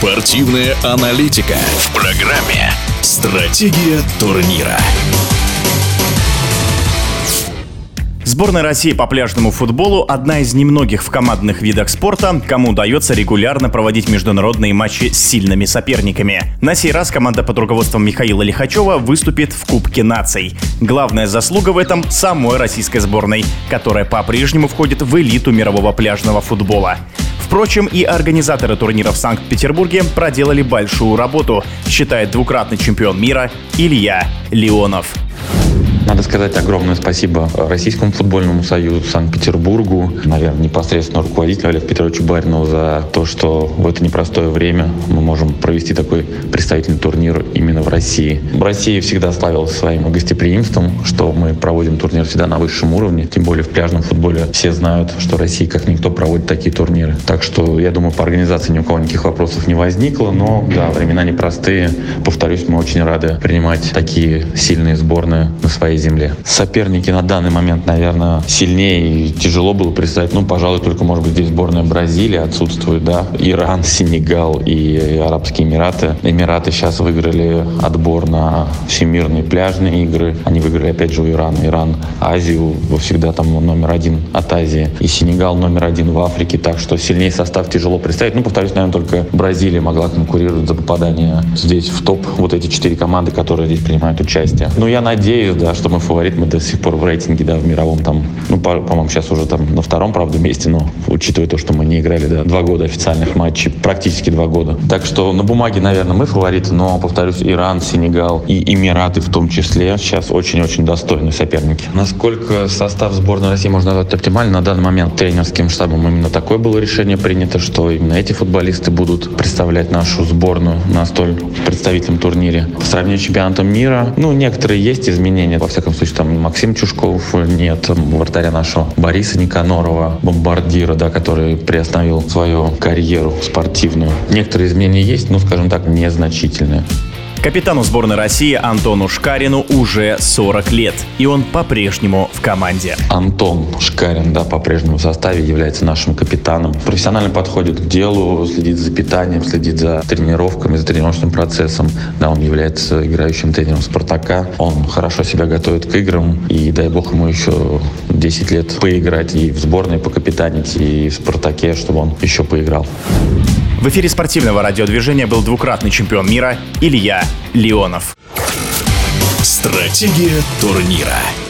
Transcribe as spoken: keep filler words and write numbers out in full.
Спортивная аналитика в программе «Стратегия турнира». Сборная России по пляжному футболу – одна из немногих в командных видах спорта, кому удается регулярно проводить международные матчи с сильными соперниками. На сей раз команда под руководством Михаила Лихачева выступит в Кубке наций. Главная заслуга в этом – самой российской сборной, которая по-прежнему входит в элиту мирового пляжного футбола. Впрочем, и организаторы турнира в Санкт-Петербурге проделали большую работу, считает двукратный чемпион мира Илья Леонов. Надо сказать огромное спасибо Российскому футбольному союзу, Санкт-Петербургу, наверное, непосредственно руководителю Олегу Петровичу Баринову за то, что в это непростое время мы можем провести такой представительный турнир именно в России. Россия всегда славилась своим гостеприимством, что мы проводим турнир всегда на высшем уровне, тем более в пляжном футболе. Все знают, что Россия как никто проводит такие турниры. Так что, я думаю, по организации ни у кого никаких вопросов не возникло, но, да, времена непростые. Повторюсь, мы очень рады принимать такие сильные сборные на своей земле. Соперники на данный момент, наверное, сильнее и тяжело было представить. Ну, пожалуй, только, может быть, здесь сборная Бразилии отсутствует, да. Иран, Сенегал и Арабские Эмираты. Эмираты сейчас выиграли отбор на всемирные пляжные игры. Они выиграли, опять же, у Ирана. Иран Азию, всегда там номер один от Азии. И Сенегал номер один в Африке. Так что сильнее состав тяжело представить. Ну, повторюсь, наверное, только Бразилия могла конкурировать за попадание здесь в топ. Вот эти четыре команды, которые здесь принимают участие. Ну, я надеюсь, да, что мы фаворит, мы до сих пор в рейтинге, да, в мировом там, ну, по- по-моему, сейчас уже там на втором, правда, месте, но учитывая то, что мы не играли, да, два года официальных матчей, практически два года. Так что на бумаге, наверное, мы фавориты, но, повторюсь, Иран, Сенегал и Эмираты в том числе сейчас очень-очень достойные соперники. Насколько состав сборной России можно назвать оптимально, на данный момент тренерским штабом именно такое было решение принято, что именно эти футболисты будут представлять нашу сборную на столь представительном турнире. По сравнению с чемпионатом мира, ну, некоторые есть изменения. Во всяком случае, там Максим Чушков, нет вратаря нашего Бориса Никанорова, бомбардира, да, который приостановил свою карьеру спортивную. Некоторые изменения есть, но, скажем так, незначительные. Капитану сборной России Антону Шкарину уже сорок лет, и он по-прежнему в команде. Антон Шкарин, да, по-прежнему в составе является нашим капитаном. Профессионально подходит к делу, следит за питанием, следит за тренировками, за тренировочным процессом. Да, он является играющим тренером «Спартака». Он хорошо себя готовит к играм, и дай бог ему еще десять лет поиграть и в сборной покапитанить, и в «Спартаке», чтобы он еще поиграл. В эфире спортивного радиодвижения был двукратный чемпион мира Илья Леонов. Стратегия турнира.